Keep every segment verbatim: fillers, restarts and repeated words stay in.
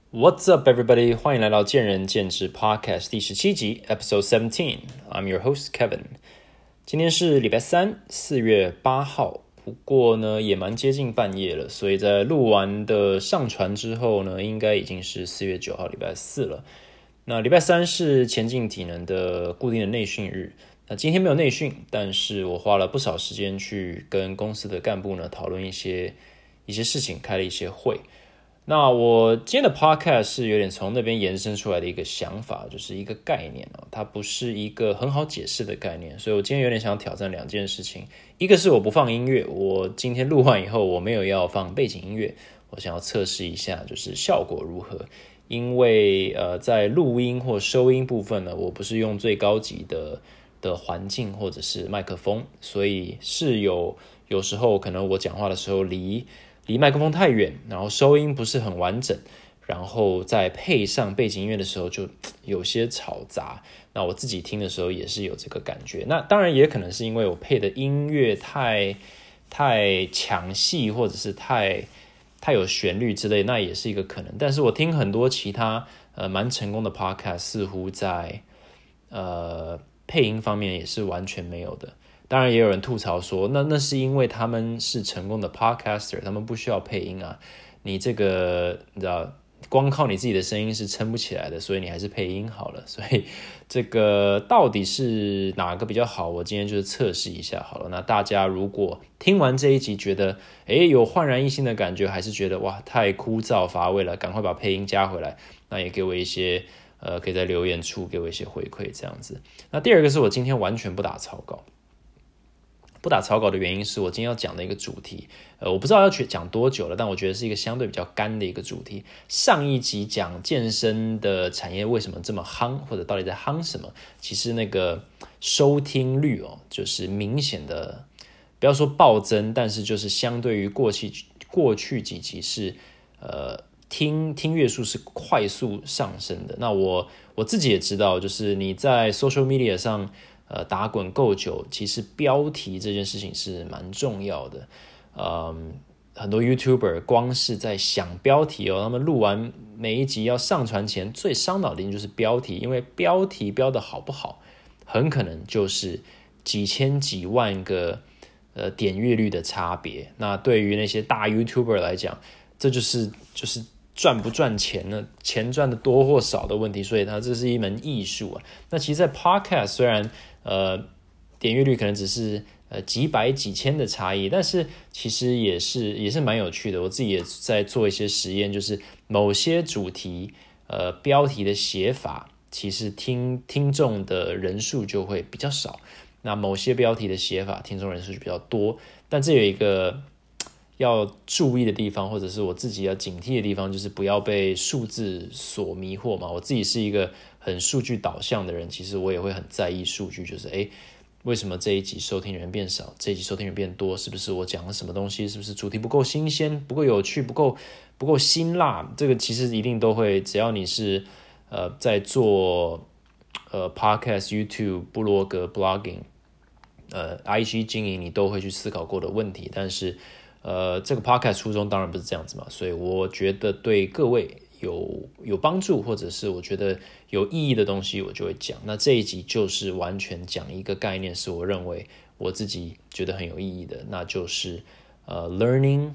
What's up, everybody? 欢迎来到见仁见智 Podcast 第十七集 Episode seventeen. I'm your host, Kevin. 今天是礼拜三，四月八号。不过呢，也蛮接近半夜了，所以在录完的上传之后呢，应该已经是四月九号，礼拜四了。那礼拜三是前进体能的固定的内训日。那今天没有内训，但是我花了不少时间去跟公司的干部呢讨论一些一些事情，开了一些会。那我今天的 podcast 是有点从那边延伸出来的一个想法，就是一个概念哦，它不是一个很好解释的概念，所以我今天有点想挑战两件事情。一个是我不放音乐，我今天录完以后我没有要放背景音乐，我想要测试一下就是效果如何。因为呃在录音或收音部分呢，我不是用最高级的的环境或者是麦克风，所以是有有时候可能我讲话的时候离离麦克风太远，然后收音不是很完整，然后再配上背景音乐的时候就有些吵杂。那我自己听的时候也是有这个感觉。那当然也可能是因为我配的音乐太太抢戏，或者是太太有旋律之类，那也是一个可能。但是我听很多其他呃蛮成功的 podcast， 似乎在呃配音方面也是完全没有的。当然也有人吐槽说，那那是因为他们是成功的 podcaster， 他们不需要配音啊。你这个你知道，光靠你自己的声音是撑不起来的，所以你还是配音好了。所以这个到底是哪个比较好？我今天就是测试一下好了。那大家如果听完这一集觉得，诶有焕然一新的感觉，还是觉得哇太枯燥乏味了，赶快把配音加回来，那也给我一些呃，可以在留言处给我一些回馈这样子。那第二个是我今天完全不打草稿。不打草稿的原因是我今天要讲的一个主题，呃，我不知道要讲多久了，但我觉得是一个相对比较干的一个主题。上一集讲健身的产业为什么这么夯，或者到底在夯什么，其实那个收听率哦，就是明显的，不要说暴增，但是就是相对于过去过去几集是呃听听阅数是快速上升的。那我我自己也知道，就是你在 social media 上。呃，打滚够久，其实标题这件事情是蛮重要的。嗯，很多 YouTuber 光是在想标题哦，他们录完每一集要上传前，最伤脑筋就是标题，因为标题标的好不好，很可能就是几千几万个呃点阅率的差别。那对于那些大 YouTuber 来讲，这就是就是赚不赚钱呢？钱赚的多或少的问题，所以它这是一门艺术啊。那其实，在 Podcast 虽然呃，点阅率可能只是呃几百几千的差异，但是其实也是也是蛮有趣的。我自己也在做一些实验，就是某些主题呃标题的写法，其实听听众的人数就会比较少。那某些标题的写法，听众人数就比较多。但这有一个要注意的地方，或者是我自己要警惕的地方，就是不要被数字所迷惑嘛。我自己是一个很数据导向的人，其实我也会很在意数据，就是诶为什么这一集收听人变少，这一集收听人变多，是不是我讲了什么东西，是不是主题不够新鲜，不够有趣，不够不够辛辣，这个其实一定都会，只要你是呃在做呃 podcast、YouTube、部落格、blogging、呃 I G 经营，你都会去思考过的问题。但是呃这个 podcast 初衷当然不是这样子嘛，所以我觉得对各位有有帮助，或者是我觉得有意义的东西，我就会讲。那这一集就是完全讲一个概念，是我认为我自己觉得很有意义的，那就是呃 learning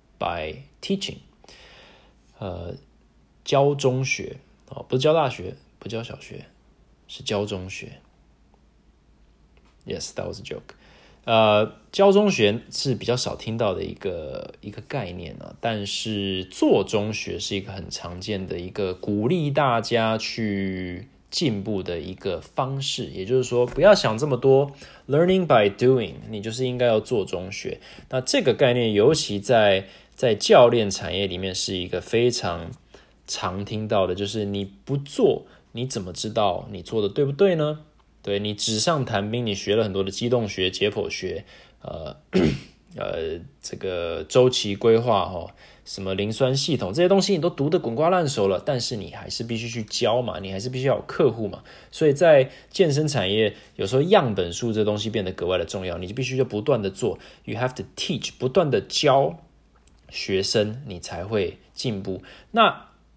by teaching， 呃教中学哦，不是教大学，不教小学，是教中学。Yes, that was a joke. 呃，教中学是比较少听到的一个一个概念啊，但是做中学是一个很常见的一个鼓励大家去进步的一个方式。也就是说，不要想这么多 ，learning by doing， 你就是应该要做中学。那这个概念，尤其在在教练产业里面是一个非常常听到的，就是你不做，你怎么知道你做的对不对呢？对，你纸上谈兵，你学了很多的机动学、解剖学，呃呃，这个周期规划哦，什么磷酸系统这些东西，你都读得滚瓜烂熟了，但是你还是必须去教嘛，你还是必须要有客户嘛。所以在健身产业，有时候样本数这东西变得格外的重要，你就必须要不断的做 ，you have to teach， 不断的教学生，你才会进步。那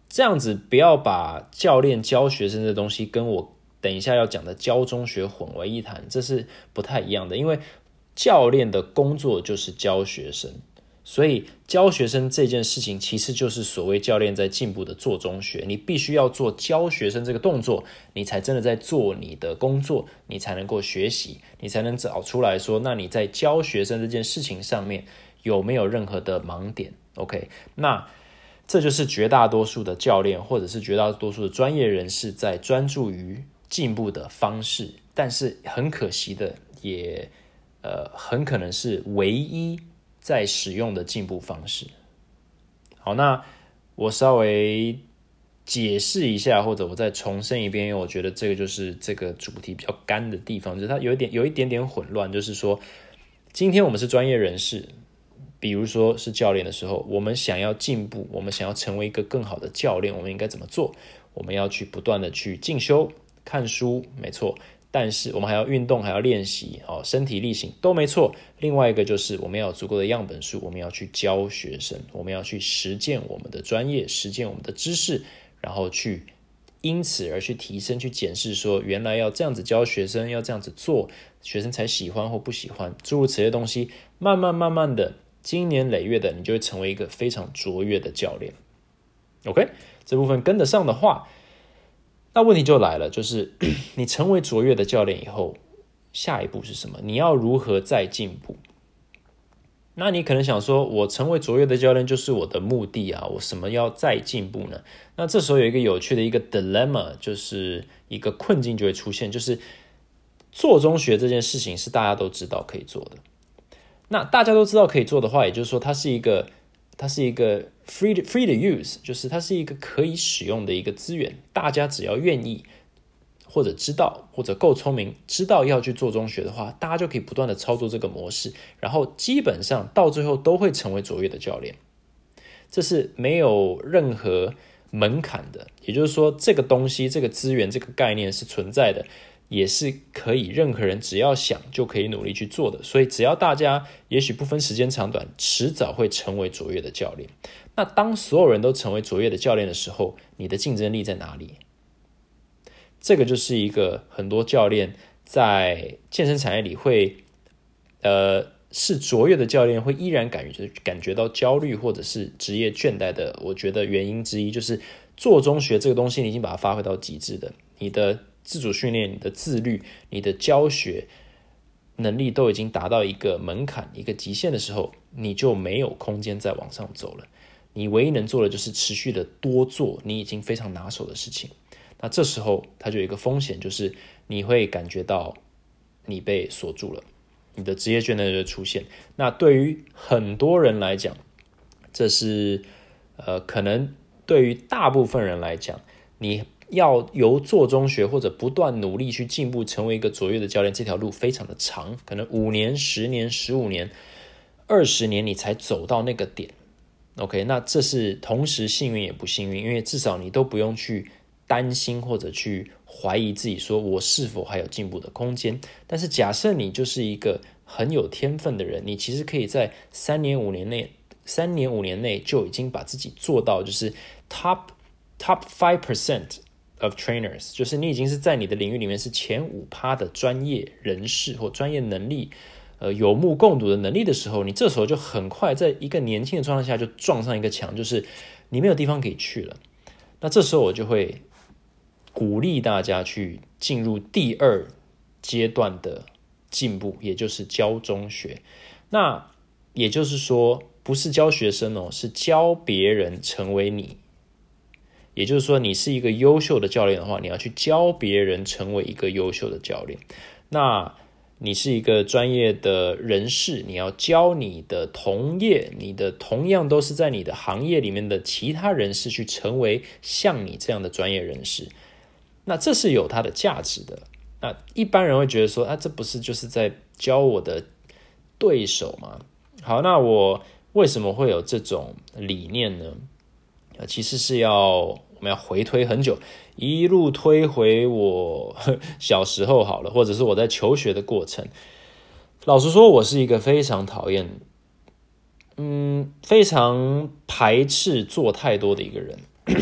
这样子不要把教练教学生的东西跟我等一下要讲的教中学混为一谈，这是不太一样的。因为教练的工作就是教学生，所以教学生这件事情其实就是所谓教练在进步的做中学。你必须要做教学生这个动作，你才真的在做你的工作，你才能够学习，你才能找出来说，那你在教学生这件事情上面有没有任何的盲点。 OK， 那这就是绝大多数的教练或者是绝大多数的专业人士在专注于进步的方式，但是很可惜的也呃，很可能是唯一在使用的进步方式。好，那我稍微解释一下，或者我再重申一遍，因为我觉得这个就是这个主题比较干的地方，就是它有一点有一点点混乱。就是说，今天我们是专业人士，比如说是教练的时候，我们想要进步，我们想要成为一个更好的教练，我们应该怎么做？我们要去不断的去进修、看书，没错。但是我们还要运动，还要练习，哦，身体力行都没错。另外一个就是我们要有足够的样本数，我们要去教学生，我们要去实践我们的专业，实践我们的知识，然后去因此而去提升，去检视说原来要这样子教学生，要这样子做，学生才喜欢或不喜欢，诸如此类的东西，慢慢慢慢的，经年累月的，你就会成为一个非常卓越的教练。OK， 这部分跟得上的话，那问题就来了，就是你成为卓越的教练以后，下一步是什么？你要如何再进步？那你可能想说，我成为卓越的教练就是我的目的啊，我什么要再进步呢？那这时候有一个有趣的一个 dilemma， 就是一个困境就会出现，就是做中学这件事情是大家都知道可以做的。那大家都知道可以做的话，也就是说它是一个它是一个 free to, free to use， 就是它是一个可以使用的一个资源，大家只要愿意或者知道或者够聪明，知道要去做中学的话，大家就可以不断的操作这个模式，然后基本上到最后都会成为卓越的教练。这是没有任何门槛的，也就是说这个东西这个资源这个概念是存在的，也是可以任何人只要想就可以努力去做的。所以只要大家也许不分时间长短，迟早会成为卓越的教练。那当所有人都成为卓越的教练的时候，你的竞争力在哪里？这个就是一个很多教练在健身产业里会呃是卓越的教练会依然感觉感觉到焦虑或者是职业倦怠的，我觉得原因之一就是做中学这个东西你已经把它发挥到极致的，你的自主训练、你的自律、你的教学能力都已经达到一个门槛、一个极限的时候，你就没有空间再往上走了。你唯一能做的就是持续的多做你已经非常拿手的事情。那这时候它就有一个风险，就是你会感觉到你被锁住了，你的职业倦怠就出现。那对于很多人来讲，这是呃可能对于大部分人来讲，你要由做中学或者不断努力去进步，成为一个卓越的教练，这条路非常的长，可能五年、十年、十五年、二十年，你才走到那个点。OK， 那这是同时幸运也不幸运，因为至少你都不用去担心或者去怀疑自己说我是否还有进步的空间。但是假设你就是一个很有天分的人，你其实可以在三年五年内三年五年内就已经把自己做到就是 top top five percent of trainers， 就是你已经是在你的领域里面是前 百分之五 的专业人士或专业能力呃，有目共睹的能力的时候，你这时候就很快在一个年轻的状态下就撞上一个墙，就是你没有地方可以去了。那这时候我就会鼓励大家去进入第二阶段的进步，也就是教中学。那也就是说，不是教学生哦，是教别人成为你。也就是说，你是一个优秀的教练的话，你要去教别人成为一个优秀的教练。那你是一个专业的人士，你要教你的同业，你的同样都是在你的行业里面的其他人士去成为像你这样的专业人士。那这是有它的价值的。那一般人会觉得说，啊，这不是就是在教我的对手吗？好，那我为什么会有这种理念呢？其实是要我们要回推很久，一路推回我小时候好了，或者是我在求学的过程。老实说，我是一个非常讨厌，嗯，非常排斥做太多的一个人。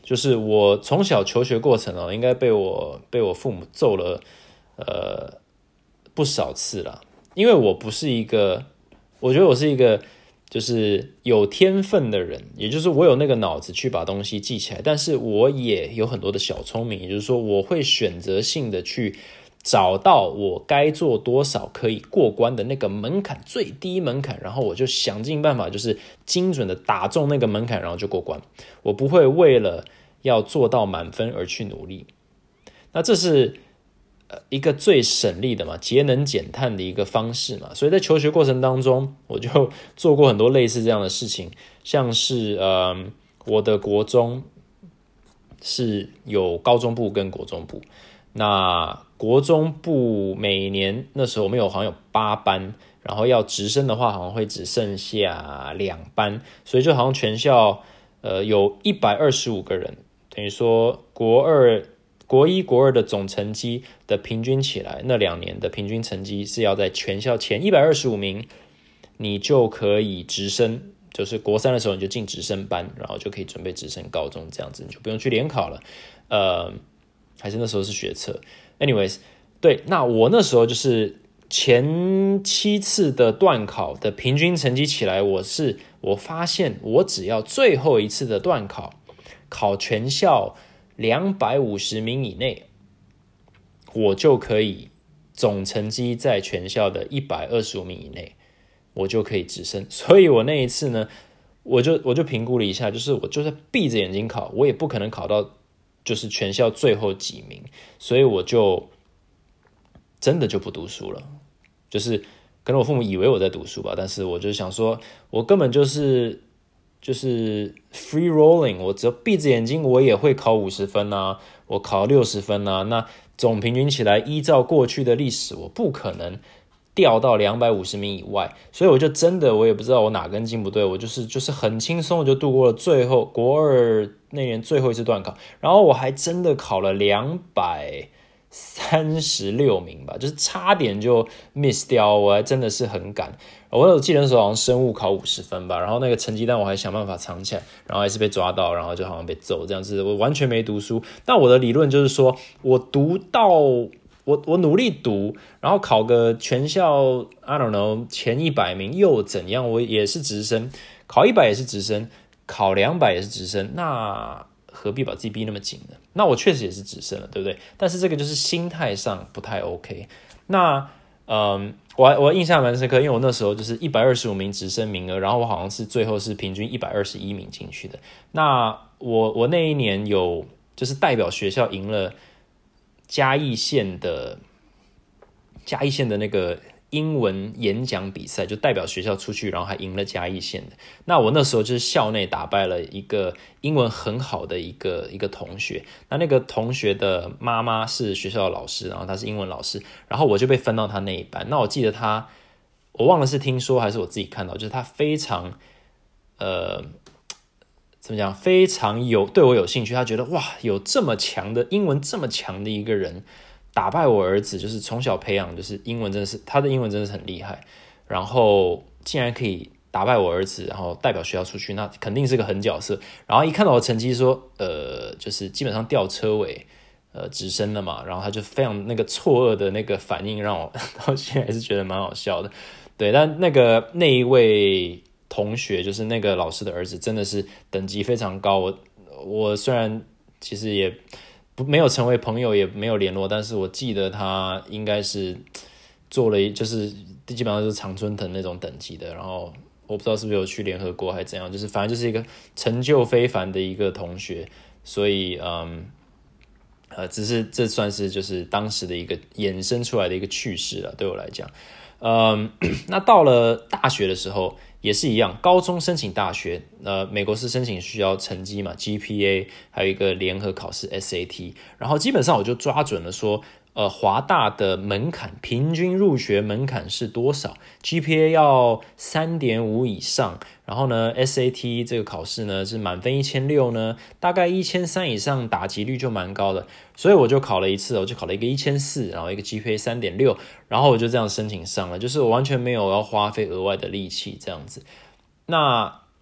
就是我从小求学过程哦，应该被我被我父母揍了呃不少次了，因为我不是一个，我觉得我是一个就是有天分的人，也就是我有那个脑子去把东西记起来，但是我也有很多的小聪明，也就是说我会选择性的去找到我该做多少可以过关的那个门槛，最低门槛，然后我就想尽办法就是精准的打中那个门槛，然后就过关。我不会为了要做到满分而去努力。那这是一个最省力的嘛，节能减碳的一个方式嘛。所以在求学过程当中，我就做过很多类似这样的事情，像是呃我的国中是有高中部跟国中部。那国中部每年那时候我们有好像有八班，然后要直升的话好像会只剩下两班，所以就好像全校呃有一百二十五个人，等于说国二国一国二的总成绩的平均起来，那两年的平均成绩是要在全校前一百二十五名，你就可以直升，就是国三的时候你就进直升班，然后就可以准备直升高中，这样子你就不用去联考了。呃还是那时候是学测 anyways 对，那我那时候就是前七次的段考的平均成绩起来，我是我发现我只要最后一次的段考考全校两百五十名以内，我就可以总成绩在全校的一百二十五名以内，我就可以直升。所以我那一次呢，我就我就评估了一下，就是我就算闭着眼睛考，我也不可能考到就是全校最后几名，所以我就真的就不读书了。就是可能我父母以为我在读书吧，但是我就想说，我根本就是就是 free rolling， 我只要闭着眼睛，我也会考五十分啊，我考六十分啊，那总平均起来，依照过去的历史，我不可能掉到两百五十名以外，所以我就真的我也不知道我哪根筋不对，我就是就是很轻松的就度过了最后国二那年最后一次段考，然后我还真的考了两百三十六名吧，就是差点就 miss 掉，我还真的是很赶。我有记得那时候好像生物考五十分吧，然后那个成绩单我还想办法藏起来，然后还是被抓到，然后就好像被揍这样子，我完全没读书。但我的理论就是说，我读到我我努力读，然后考个全校 I don't know 前一百名又怎样？我也是直升，考一百也是直升，考两百也是直升，那何必把自己逼那么紧呢？那我确实也是直升了，对不对？但是这个就是心态上不太 OK。那嗯，我我印象蛮深刻，因为我那时候就是一百二十五名直升名额，然后我好像是最后是平均一百二十一名进去的。那我我那一年有就是代表学校赢了嘉义县的嘉义县的那个英文演讲比赛，就代表学校出去，然后还赢了嘉义县的。那我那时候就是校内打败了一个英文很好的一个一个同学，那那个同学的妈妈是学校的老师，然后他是英文老师，然后我就被分到他那一班。那我记得他，我忘了是听说还是我自己看到，就是他非常呃怎么讲，非常有对我有兴趣，他觉得哇，有这么强的英文这么强的一个人打败我儿子，就是从小培养，就是英文真的是他的英文真的是很厉害，然后竟然可以打败我儿子，然后代表学校出去，那肯定是个狠角色。然后一看到我成绩说，呃，就是基本上吊车尾，呃，直升了嘛，然后他就非常那个错愕的那个反应，让我到现在还是觉得蛮好笑的。对，但那个那一位同学，就是那个老师的儿子，真的是等级非常高。我我虽然其实也不没有成为朋友，也没有联络，但是我记得他应该是做了，就是基本上就是常春藤那种等级的。然后我不知道是不是有去联合国还是怎样，就是反正就是一个成就非凡的一个同学。所以嗯呃，只是这算是就是当时的一个衍生出来的一个趣事了，对我来讲。嗯，那到了大学的时候也是一样，高中申请大学，呃，美国是申请需要成绩嘛 ，G P A， 还有一个联合考试 S A T， 然后基本上我就抓准了说，呃，华大的门槛平均入学门槛是多少 ？G P A 要 三点五 以上，然后呢 ，S A T 这个考试呢是满分一千六百呢，大概一千三以上打击率就蛮高的，所以我就考了一次，我就考了一个一千四，然后一个 G P A 三点六，然后我就这样申请上了，就是我完全没有要花费额外的力气这样子。那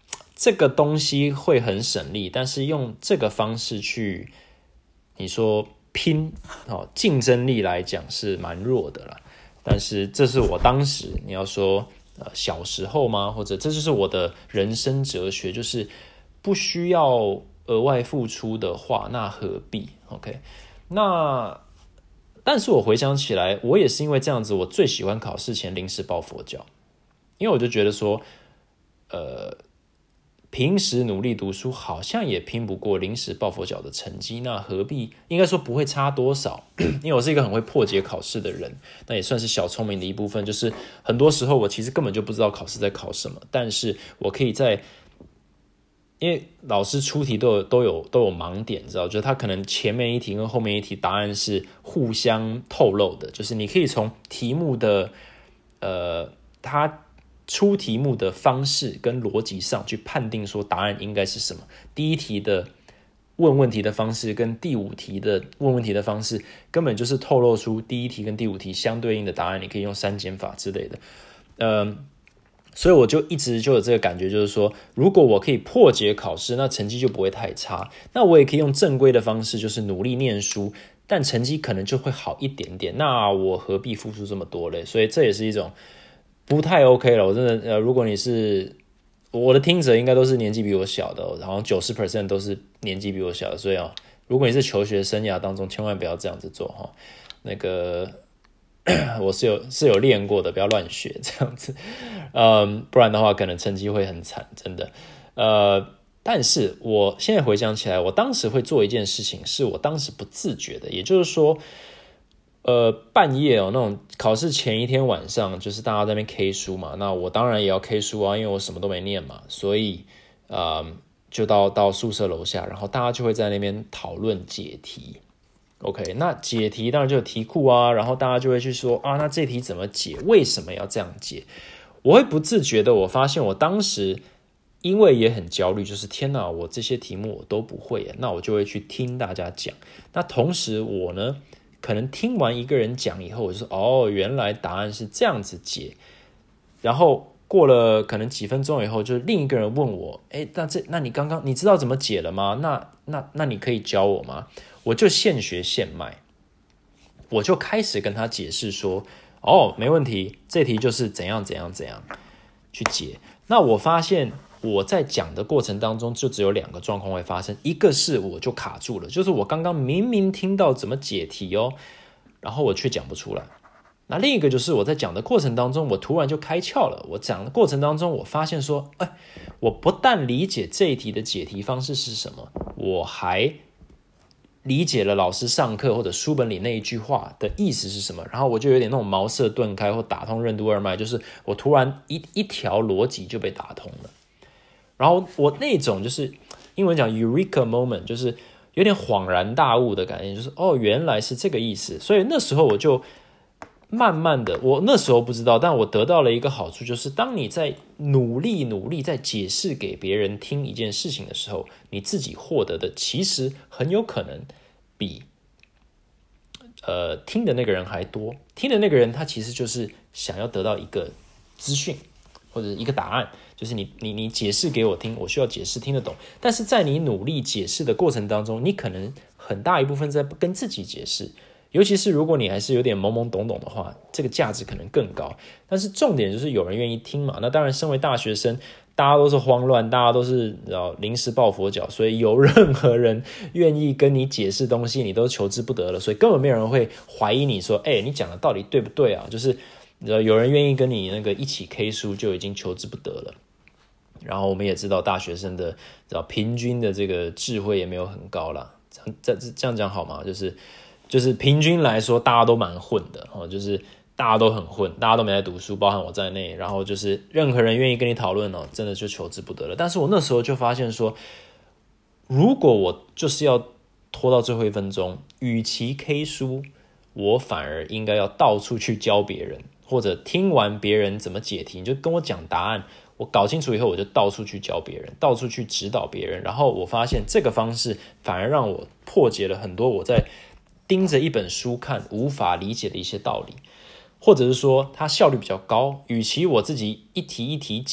这个东西会很省力，但是用这个方式去你说拼哦，竞争力来讲是蛮弱的啦。但是这是我当时你要说呃小时候吗？或者这就是我的人生哲学，就是不需要额外付出的话，那何必 ？OK， 那但是我回想起来，我也是因为这样子，我最喜欢考试前临时抱佛脚，因为我就觉得说，呃。平时努力读书好像也拼不过临时抱佛脚的成绩，那何必？应该说不会差多少，因为我是一个很会破解考试的人，那也算是小聪明的一部分。就是很多时候我其实根本就不知道考试在考什么，但是我可以在，因为老师出题都有都有都有盲点，知道？就是他可能前面一题跟后面一题答案是互相透露的，就是你可以从题目的呃他。出题目的方式跟逻辑上去判定说答案应该是什么。第一题的问问题的方式跟第五题的问问题的方式根本就是透露出第一题跟第五题相对应的答案，你可以用删减法之类的。呃，所以我就一直就有这个感觉，就是说如果我可以破解考试，那成绩就不会太差。那我也可以用正规的方式，就是努力念书，但成绩可能就会好一点点。那我何必付出这么多嘞？所以这也是一种不太 OK 了，我真的呃，如果你是我的听者，应该都是年纪比我小的、哦，然后 百分之九十 都是年纪比我小的，所以啊、哦，如果你是求学生涯当中，千万不要这样子做哈、哦。那个我是有是有练过的，不要乱学这样子，嗯，不然的话可能成绩会很惨，真的。呃，但是我现在回想起来，我当时会做一件事情，是我当时不自觉的，也就是说。呃，半夜哦，那种考试前一天晚上，就是大家在那边 K 书嘛，那我当然也要 K 书啊，因为我什么都没念嘛，所以呃，就到到宿舍楼下，然后大家就会在那边讨论解题。OK， 那解题当然就有题库啊，然后大家就会去说啊，那这题怎么解？为什么要这样解？我会不自觉的，我发现我当时因为也很焦虑，就是天哪，我这些题目我都不会耶，那我就会去听大家讲。那同时我呢？可能听完一个人讲以后，我就说哦，原来答案是这样子解。然后过了可能几分钟以后，就另一个人问我，哎，那这那你刚刚你知道怎么解了吗？那那那你可以教我吗？我就现学现卖，我就开始跟他解释说，哦，没问题，这题就是怎样怎样怎样去解。那我发现。我在讲的过程当中，就只有两个状况会发生，一个是我就卡住了，就是我刚刚明明听到怎么解题哦，然后我却讲不出来。那另一个就是我在讲的过程当中，我突然就开窍了。我讲的过程当中，我发现说，哎，我不但理解这一题的解题方式是什么，我还理解了老师上课或者书本里那一句话的意思是什么，然后我就有点那种茅塞顿开或打通任督二脉，就是我突然一一条逻辑就被打通了。然后我那种就是英文讲 Eureka moment， 就是有点恍然大悟的感觉，就是哦，原来是这个意思。所以那时候我就慢慢的，我那时候不知道，但我得到了一个好处，就是当你在努力努力在解释给别人听一件事情的时候，你自己获得的其实很有可能比呃听的那个人还多。听的那个人他其实就是想要得到一个资讯或者一个答案。就是你你你解释给我听，我需要解释听得懂。但是在你努力解释的过程当中，你可能很大一部分在跟自己解释，尤其是如果你还是有点懵懵懂懂的话，这个价值可能更高。但是重点就是有人愿意听嘛。那当然，身为大学生，大家都是慌乱，大家都是临时抱佛脚，所以有任何人愿意跟你解释东西，你都求之不得了。所以根本没有人会怀疑你说，哎、欸，你讲的到底对不对啊？就是有人愿意跟你那个一起 K 书，就已经求之不得了。然后我们也知道大学生的平均的这个智慧也没有很高啦，这这这样讲好吗？就是就是平均来说，大家都蛮混的哦，就是大家都很混，大家都没在读书，包含我在内。然后就是任何人愿意跟你讨论哦，真的就求之不得了。但是我那时候就发现说，如果我就是要拖到最后一分钟，与其 K 书，我反而应该要到处去教别人，或者听完别人怎么解题，你就跟我讲答案。我搞清楚以后，我就到处去教别人，到处去指导别人。然后我发现这个方式反而让我破解了很多我在盯着一本书看无法理解的一些道理，或者是说它效率比较高。与其我自己一题一题解，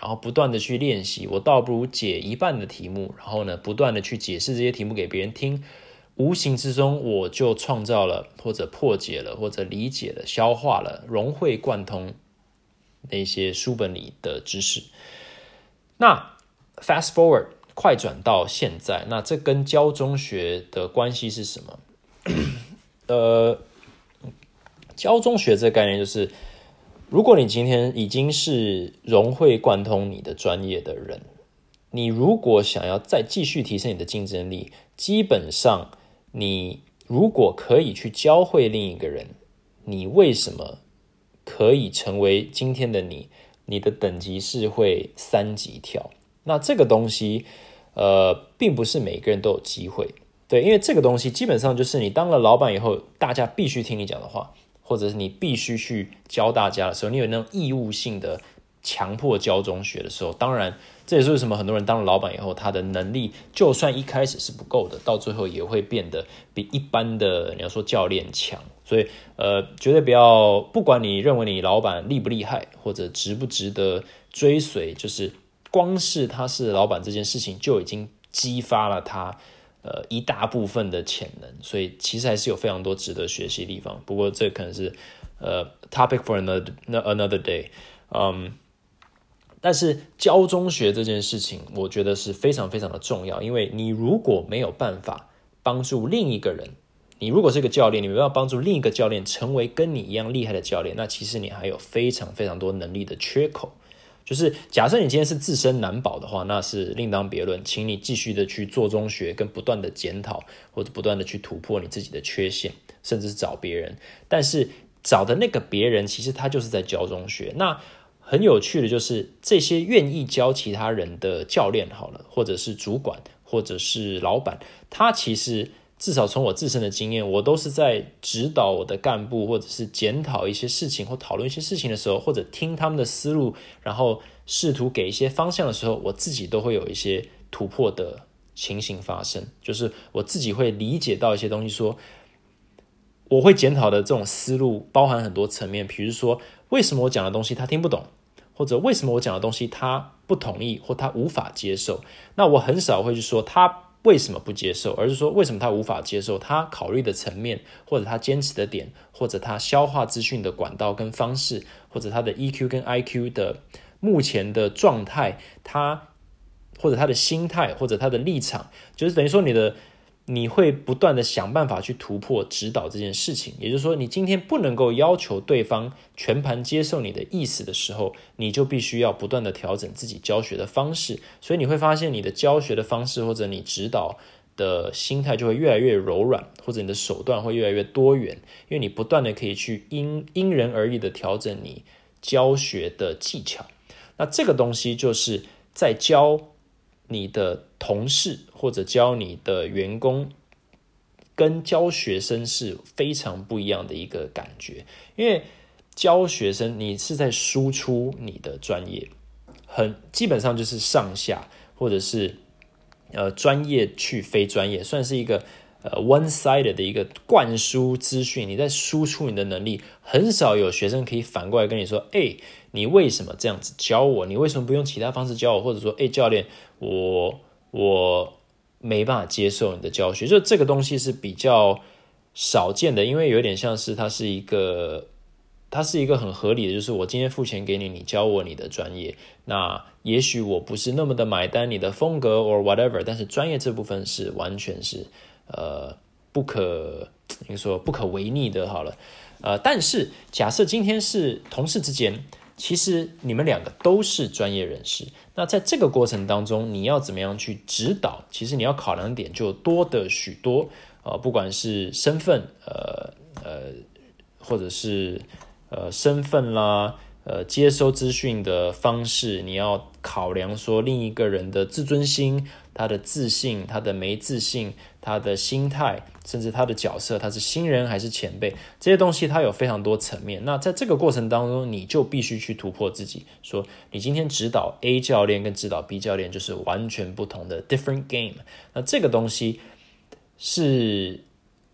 然后不断的去练习，我倒不如解一半的题目，然后呢，不断的去解释这些题目给别人听，无形之中我就创造了，或者破解了，或者理解了，消化了，融会贯通那些书本里的知识。那 fast forward 快转到现在，那这跟教中学的关系是什么？呃，教中学这个概念就是，如果你今天已经是融会贯通你的专业的人，你如果想要再继续提升你的竞争力，基本上你如果可以去教会另一个人，你为什么可以成为今天的你？你的等级是会三级跳。那这个东西，呃，并不是每个人都有机会。对，因为这个东西基本上就是你当了老板以后，大家必须听你讲的话，或者是你必须去教大家的时候，你有那种义务性的强迫教中学的时候，当然这也是为什么很多人当了老板以后，他的能力就算一开始是不够的，到最后也会变得比一般的你要说教练强。所以呃，绝对不要，不管你认为你老板厉不厉害，或者值不值得追随，就是光是他是老板这件事情就已经激发了他呃一大部分的潜能，所以其实还是有非常多值得学习的地方。不过这可能是呃 topic for another another day。嗯，但是教中学这件事情，我觉得是非常非常的重要，因为你如果没有办法帮助另一个人，你如果是一个教练，你没有办法帮助另一个教练成为跟你一样厉害的教练，那其实你还有非常非常多能力的缺口。就是假设你今天是自身难保的话，那是另当别论，请你继续的去做中学，跟不断的检讨，或者不断的去突破你自己的缺陷，甚至是找别人。但是找的那个别人，其实他就是在教中学。那很有趣的就是，这些愿意教其他人的教练好了，或者是主管，或者是老板，他其实至少从我自身的经验，我都是在指导我的干部，或者是检讨一些事情或讨论一些事情的时候，或者听他们的思路，然后试图给一些方向的时候，我自己都会有一些突破的情形发生。就是我自己会理解到一些东西说，我会检讨的这种思路包含很多层面，比如说为什么我讲的东西他听不懂，或者为什么我讲的东西他不同意或他无法接受。那我很少会去说他为什么不接受，而是说为什么他无法接受，他考虑的层面，或者他坚持的点，或者他消化资讯的管道跟方式，或者他的 E Q 跟 I Q 的目前的状态，他或者他的心态，或者他的立场，就是等于说你的你会不断的想办法去突破指导这件事情。也就是说，你今天不能够要求对方全盘接受你的意思的时候，你就必须要不断的调整自己教学的方式。所以你会发现你的教学的方式，或者你指导的心态就会越来越柔软，或者你的手段会越来越多元，因为你不断的可以去因因人而异的调整你教学的技巧。那这个东西就是在教你的同事或者教你的员工，跟教学生是非常不一样的一个感觉。因为教学生你是在输出你的专业，很基本上就是上下，或者是呃专业去非专业，算是一个呃 one-sided 的一个灌输资讯，你在输出你的能力，很少有学生可以反过来跟你说，哎，你为什么这样子教我？你为什么不用其他方式教我？或者说，哎，教练，我我没办法接受你的教学。就这个东西是比较少见的，因为有点像是它是一个它是一个很合理的，就是我今天付钱给你，你教我你的专业，那也许我不是那么的买单你的风格 or whatever， 但是专业这部分是完全是呃不可应该说不可违逆的。好了，呃，但是假设今天是同事之间，其实你们两个都是专业人士，那在这个过程当中，你要怎么样去指导？其实你要考量点就多的许多，呃，不管是身份，呃呃，或者是呃身份啦，呃接收资讯的方式，你要考量说另一个人的自尊心、他的自信、他的没自信、他的心态，甚至他的角色，他是新人还是前辈，这些东西它有非常多层面。那在这个过程当中，你就必须去突破自己，说你今天指导 A 教练跟指导 B 教练就是完全不同的 different game。那这个东西是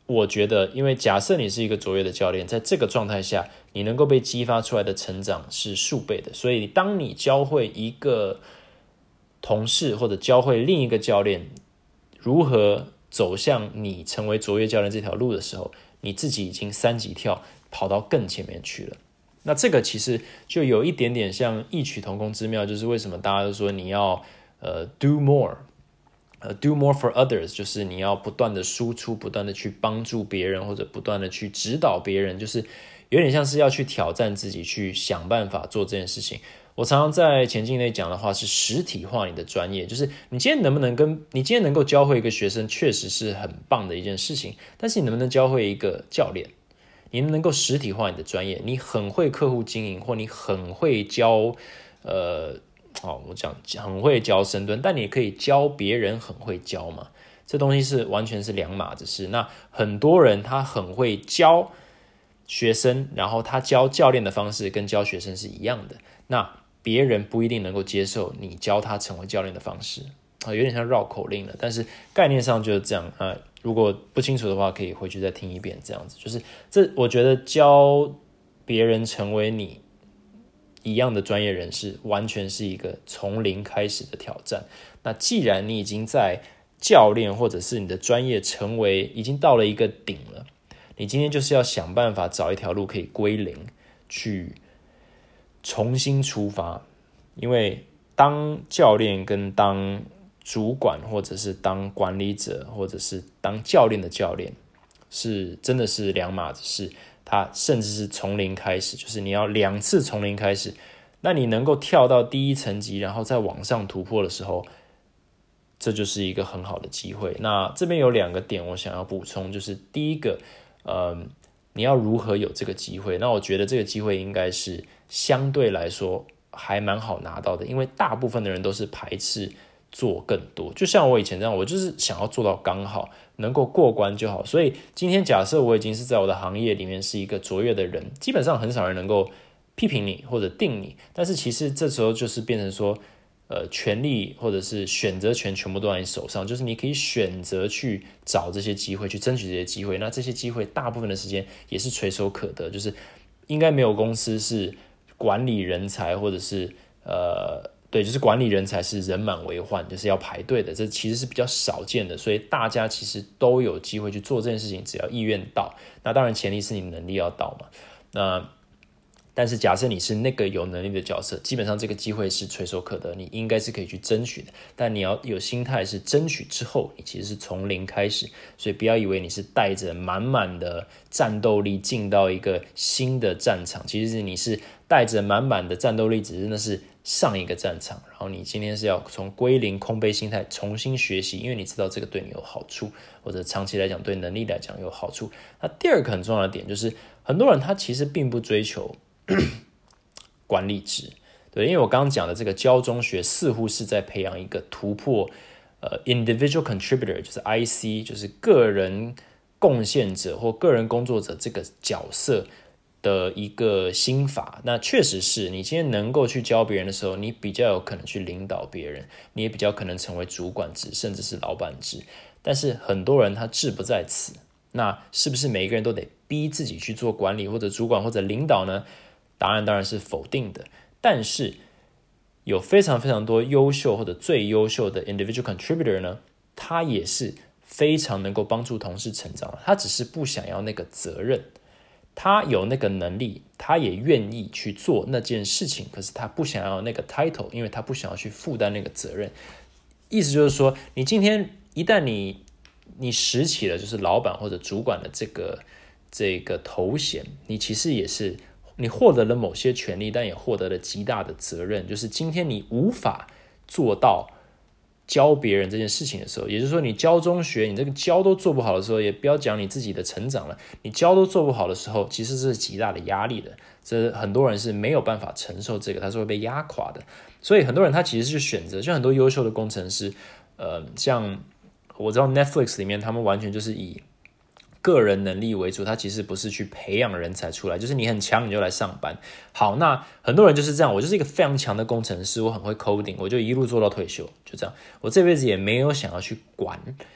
我觉得，因为假设你是一个卓越的教练，在这个状态下，你能够被激发出来的成长是数倍的。所以，当你教会一个同事或者教会另一个教练如何走向你成为卓越教练这条路的时候，你自己已经三级跳跑到更前面去了。那这个其实就有一点点像异曲同工之妙，就是为什么大家都说你要呃 do more。呃、uh, ，do more for others， 就是你要不断的输出，不断的去帮助别人，或者不断的去指导别人，就是有点像是要去挑战自己，去想办法做这件事情。我常常在前进内讲的话是实体化你的专业，就是你今天能不能跟你今天能够教会一个学生，确实是很棒的一件事情，但是你能不能教会一个教练？你能不能够实体化你的专业？你很会客户经营，或你很会教，呃。哦，我讲很会教深蹲，但你可以教别人很会教嘛？这东西是完全是两码子事。那很多人他很会教学生，然后他教教练的方式跟教学生是一样的，那别人不一定能够接受你教他成为教练的方式，有点像绕口令了，但是概念上就是这样啊。如果不清楚的话，可以回去再听一遍，这样子就是这，我觉得教别人成为你一样的专业人士，完全是一个从零开始的挑战。那既然你已经在教练或者是你的专业成为已经到了一个顶了，你今天就是要想办法找一条路可以归零，去重新出发。因为当教练跟当主管，或者是当管理者，或者是当教练的教练，是真的是两码子事。它甚至是从零开始，就是你要两次从零开始，那你能够跳到第一层级，然后再往上突破的时候，这就是一个很好的机会。那这边有两个点我想要补充，就是第一个，呃，你要如何有这个机会？那我觉得这个机会应该是相对来说还蛮好拿到的，因为大部分的人都是排斥做更多，就像我以前这样，我就是想要做到刚好能够过关就好。所以今天假设我已经是在我的行业里面是一个卓越的人，基本上很少人能够批评你或者定你，但是其实这时候就是变成说呃，权利或者是选择权全部都在你手上，就是你可以选择去找这些机会，去争取这些机会。那这些机会大部分的时间也是垂手可得，就是应该没有公司是管理人才或者是呃。对，就是管理人才是人满为患，就是要排队的，这其实是比较少见的，所以大家其实都有机会去做这件事情，只要意愿到。那当然前提是你能力要到嘛。那但是假设你是那个有能力的角色，基本上这个机会是垂手可得，你应该是可以去争取的。但你要有心态是争取之后，你其实是从零开始，所以不要以为你是带着满满的战斗力进到一个新的战场，其实是你是带着满满的战斗力，只是那是上一个战场，然后你今天是要从归零空杯心态重新学习，因为你知道这个对你有好处，或者长期来讲对能力来讲有好处。那第二个很重要的点就是，很多人他其实并不追求管理职，对，因为我刚刚讲的这个教中学似乎是在培养一个突破，呃 ，individual contributor 就是 I C， 就是个人贡献者或个人工作者这个角色的一个心法。那确实是你今天能够去教别人的时候，你比较有可能去领导别人，你也比较可能成为主管职甚至是老板职。但是很多人他志不在此，那是不是每一个人都得逼自己去做管理或者主管或者领导呢？答案当然是否定的。但是有非常非常多优秀或者最优秀的 individual contributor 呢，他也是非常能够帮助同事成长的，他只是不想要那个责任。他有那个能力，他也愿意去做那件事情，可是他不想要那个 title， 因为他不想要去负担那个责任。意思就是说，你今天一旦你你拾起了就是老板或者主管的这个这个头衔，你其实也是你获得了某些权利，但也获得了极大的责任。就是今天你无法做到教别人这件事情的时候，也就是说你教中学，你这个教都做不好的时候，也不要讲你自己的成长了，你教都做不好的时候，其实是极大的压力的。这很多人是没有办法承受这个，他是会被压垮的。所以很多人他其实是选择，就很多优秀的工程师，呃，像我知道 Netflix 里面他们完全就是以个人能力为主，他其实不是去培养人才出来，就是你很强你就来上班。好，那很多人就是这样，我就是一个非常强的工程师，我很会 coding， 我就一路做到退休，就这样。我这辈子也没有想要去管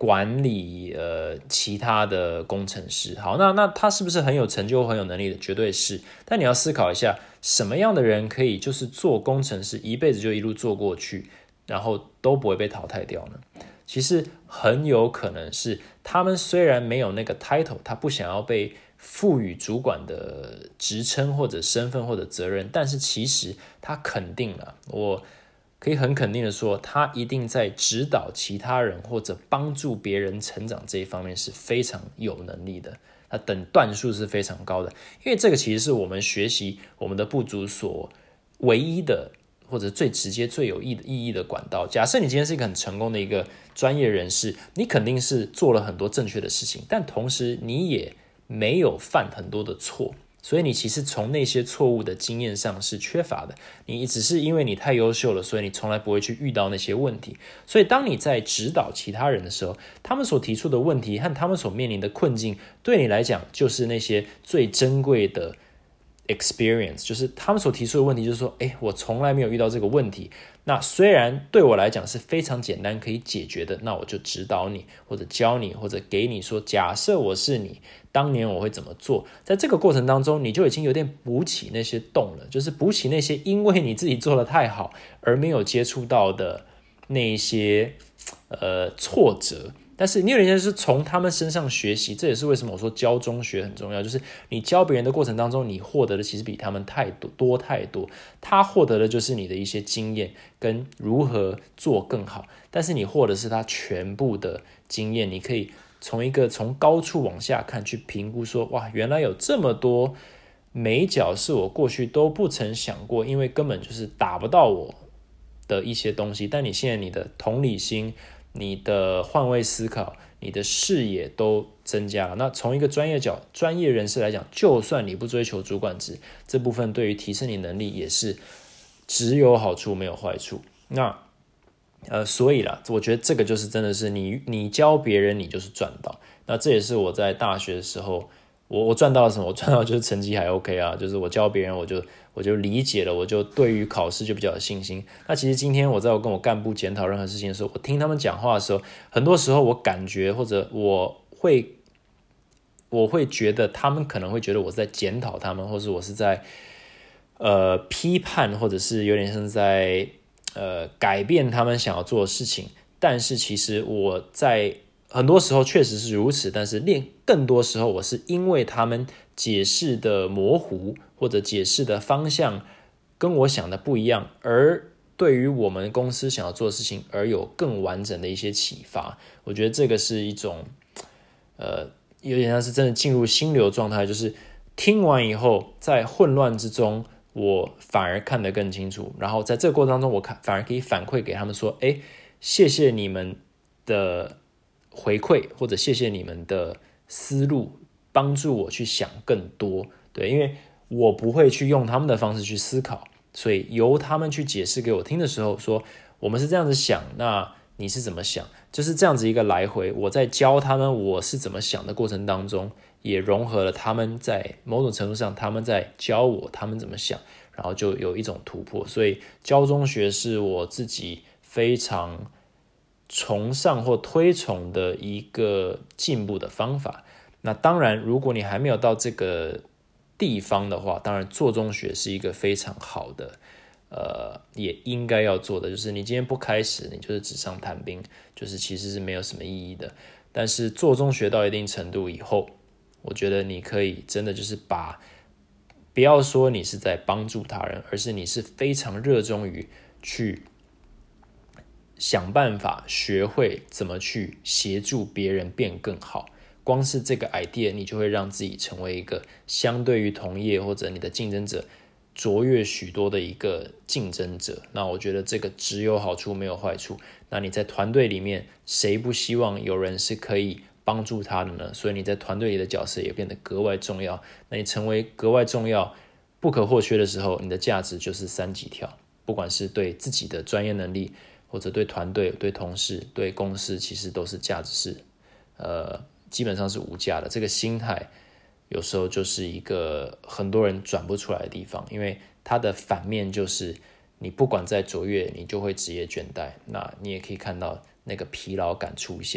管理呃其他的工程师。好，那那他是不是很有成就很有能力的？绝对是。但你要思考一下，什么样的人可以就是做工程师一辈子就一路做过去，然后都不会被淘汰掉呢？其实很有可能是他们虽然没有那个 title， 他不想要被赋予主管的职称或者身份或者责任，但是其实他肯定了，我可以很肯定的说，他一定在指导其他人或者帮助别人成长这一方面是非常有能力的，那等段数是非常高的，因为这个其实是我们学习我们的不足所唯一的或者最直接最有意义的管道。假设你今天是一个很成功的一个专业人士，你肯定是做了很多正确的事情，但同时你也没有犯很多的错，所以你其实从那些错误的经验上是缺乏的，你只是因为你太优秀了，所以你从来不会去遇到那些问题。所以当你在指导其他人的时候，他们所提出的问题和他们所面临的困境，对你来讲就是那些最珍贵的 experience， 就是他们所提出的问题就是说，诶，我从来没有遇到这个问题，那虽然对我来讲是非常简单可以解决的，那我就指导你或者教你或者给你说，假设我是你，当年我会怎么做。在这个过程当中，你就已经有点补起那些洞了，就是补起那些因为你自己做得太好而没有接触到的那些呃挫折，但是你有点像是从他们身上学习。这也是为什么我说教中学很重要，就是你教别人的过程当中，你获得的其实比他们太多多太多，他获得的就是你的一些经验跟如何做更好，但是你获得的是他全部的经验，你可以从一个从高处往下看去评估说，哇，原来有这么多眉角是我过去都不曾想过，因为根本就是打不到我的一些东西，但你现在你的同理心，你的换位思考，你的视野都增加了。那从一个专业角专业人士来讲，就算你不追求主管职，这部分对于提升你能力也是只有好处没有坏处。那呃，所以啦，我觉得这个就是真的是你你教别人，你就是赚到。那这也是我在大学的时候，我我赚到了什么？我赚到就是成绩还 OK 啊，就是我教别人，我就我就理解了，我就对于考试就比较有信心。那其实今天我在我跟我干部检讨任何事情的时候，我听他们讲话的时候，很多时候我感觉或者我会我会觉得他们可能会觉得我是在检讨他们，或者我是在呃批判，或者是有点像在呃改变他们想要做的事情。但是其实我在很多时候确实是如此，但是更多时候我是因为他们解释的模糊或者解释的方向跟我想的不一样，而对于我们公司想要做的事情而有更完整的一些启发。我觉得这个是一种呃有点像是真的进入心流状态，就是听完以后在混乱之中我反而看得更清楚，然后在这个过程当中我反而可以反馈给他们说，诶，谢谢你们的回馈，或者谢谢你们的思路，帮助我去想更多。对，因为我不会去用他们的方式去思考，所以由他们去解释给我听的时候，说我们是这样子想，那你是怎么想，就是这样子一个来回。我在教他们我是怎么想的过程当中，也融合了他们在某种程度上他们在教我他们怎么想，然后就有一种突破。所以教中学是我自己非常崇尚或推崇的一个进步的方法。那当然如果你还没有到这个地方的话，当然做中学是一个非常好的呃，也应该要做的，就是你今天不开始，你就是纸上谈兵，就是其实是没有什么意义的。但是做中学到一定程度以后，我觉得你可以真的就是把，不要说你是在帮助他人，而是你是非常热衷于去想办法学会怎么去协助别人变更好。光是这个 idea 你就会让自己成为一个相对于同业或者你的竞争者卓越许多的一个竞争者。那我觉得这个只有好处没有坏处。那你在团队里面谁不希望有人是可以帮助他的呢？所以你在团队里的角色也变得格外重要。那你成为格外重要不可或缺的时候，你的价值就是三级跳，不管是对自己的专业能力，或者对团队、对同事、对公司，其实都是价值是呃基本上是无价的。这个心态有时候就是一个很多人转不出来的地方，因为它的反面就是你不管再卓越，你就会职业倦怠，那你也可以看到那个疲劳感出现。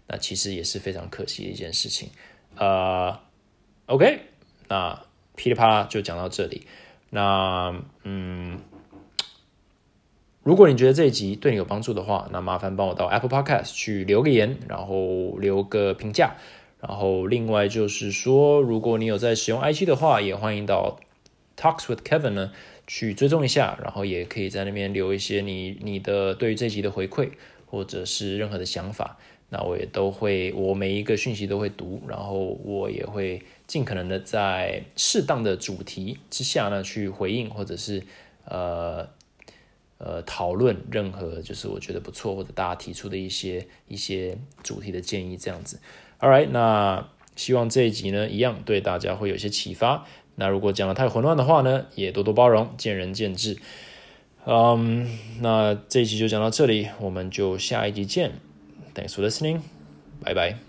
那其实也是非常可惜的一件事情。呃 ，OK， 那噼里啪啦就讲到这里。那嗯，如果你觉得这一集对你有帮助的话，那麻烦帮我到 Apple Podcast 去留个言，然后留个评价。然后另外就是说，如果你有在使用 I G 的话，也欢迎到 Talks with Kevin 呢去追踪一下，然后也可以在那边留一些你你的对于这一集的回馈，或者是任何的想法。那我也都会，我每一个讯息都会读，然后我也会尽可能的在适当的主题之下呢去回应，或者是呃呃讨论任何就是我觉得不错或者大家提出的一些一些主题的建议这样子。All right， 那希望这一集呢一样对大家会有一些启发。那如果讲得太混乱的话呢，也多多包容，见仁见智。嗯，那这一集就讲到这里，我们就下一集见。Thanks for listening. Bye bye.